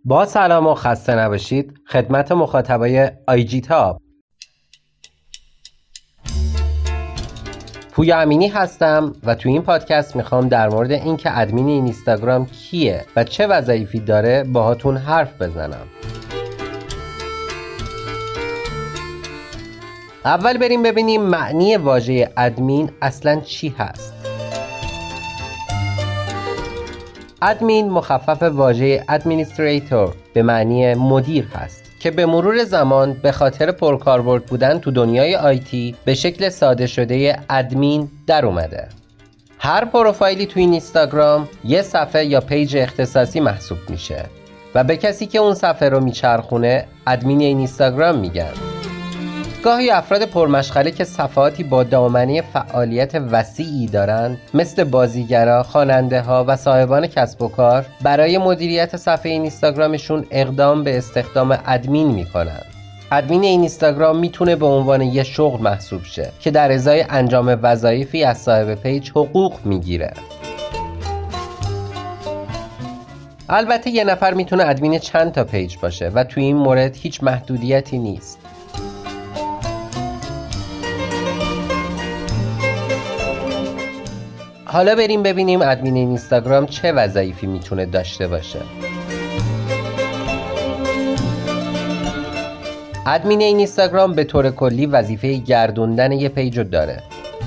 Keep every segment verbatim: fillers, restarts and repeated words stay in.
با سلام و خسته نباشید خدمت مخاطبای آی جی تاب. پویا امینی هستم و تو این پادکست میخوام در مورد این که ادمین این اینستاگرام کیه و چه وظایفی داره باهاتون حرف بزنم. اول بریم ببینیم معنی واژه ادمین اصلاً چی هست. ادمین مخفف واژه ادمینستریتور به معنی مدیر هست که به مرور زمان به خاطر پرکاربرد بودن تو دنیای آیتی به شکل ساده شده ادمین در اومده. هر پروفایلی تو این اینستاگرام یه صفحه یا پیج اختصاصی محسوب میشه و به کسی که اون صفحه رو میچرخونه ادمین این اینستاگرام میگن. گاهی افراد پرمشغله که صفحاتی با دامنه فعالیت وسیعی دارن مثل بازیگرا، خواننده ها و صاحبان کسب و کار برای مدیریت صفحه این اینستاگرامشون اقدام به استخدام ادمین میکنن. ادمین این اینستاگرام میتونه به عنوان یه شغل محسوب شه که در ازای انجام وظایفی از صاحب پیج حقوق میگیره. البته یه نفر میتونه ادمین چند تا پیج باشه و توی این مورد هیچ محدودیتی نیست. حالا بریم ببینیم ادمین این اینستاگرام چه وظایفی میتونه داشته باشه. ادمین این اینستاگرام به طور کلی وظیفه گردوندن یه پیج رو داره.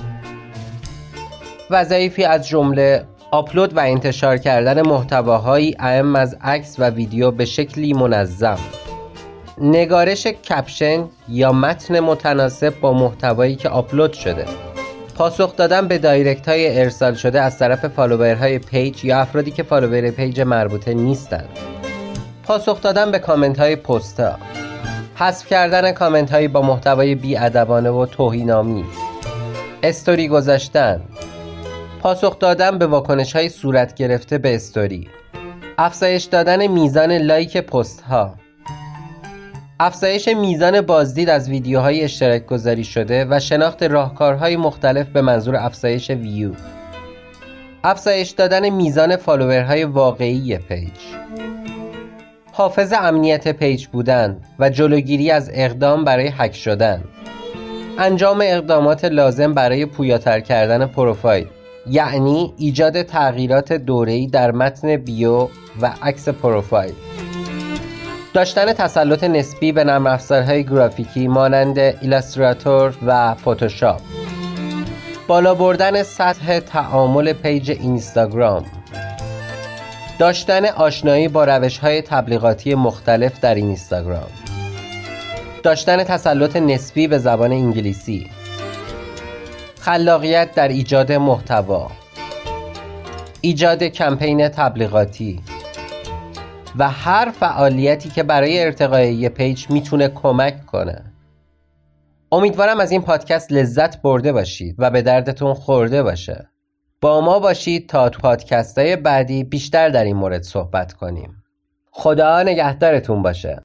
وظایفی از جمله آپلود و انتشار کردن محتواهایی اعم از عکس و ویدیو به شکلی منظم، نگارش کپشن یا متن متناسب با محتوایی که آپلود شده، پاسخ دادن به دایرکت های ارسال شده از طرف فالوورهای پیج یا افرادی که فالوور پیج مربوطه نیستن، پاسخ دادن به کامنت های پست ها، حذف کردن کامنت هایی با محتوای بی‌ادبانه و توهین‌آمیز، استوری گذاشتن، پاسخ دادن به واکنش های صورت گرفته به استوری، افزایش دادن میزان لایک پست ها، افزایش میزان بازدید از ویدیوهای اشتراک گذاری شده و شناخت راهکارهای مختلف به منظور افزایش ویو، افزایش دادن میزان فالوورهای واقعی پیج، حافظ امنیت پیج بودن و جلوگیری از اقدام برای هک شدن، انجام اقدامات لازم برای پویاتر کردن پروفایل، یعنی ایجاد تغییرات دوره‌ای در متن بیو و عکس پروفایل، داشتن تسلط نسبی به نرم افزارهای گرافیکی مانند ایلاستراتور و فتوشاپ، بالا بردن سطح تعامل پیج اینستاگرام، داشتن آشنایی با روش‌های تبلیغاتی مختلف در اینستاگرام، داشتن تسلط نسبی به زبان انگلیسی، خلاقیت در ایجاد محتوا، ایجاد کمپین تبلیغاتی و هر فعالیتی که برای ارتقای یه پیج میتونه کمک کنه. امیدوارم از این پادکست لذت برده باشید و به دردتون خورده باشه. با ما باشید تا تو پادکست‌های بعدی بیشتر در این مورد صحبت کنیم. خدا نگهدارتون باشه.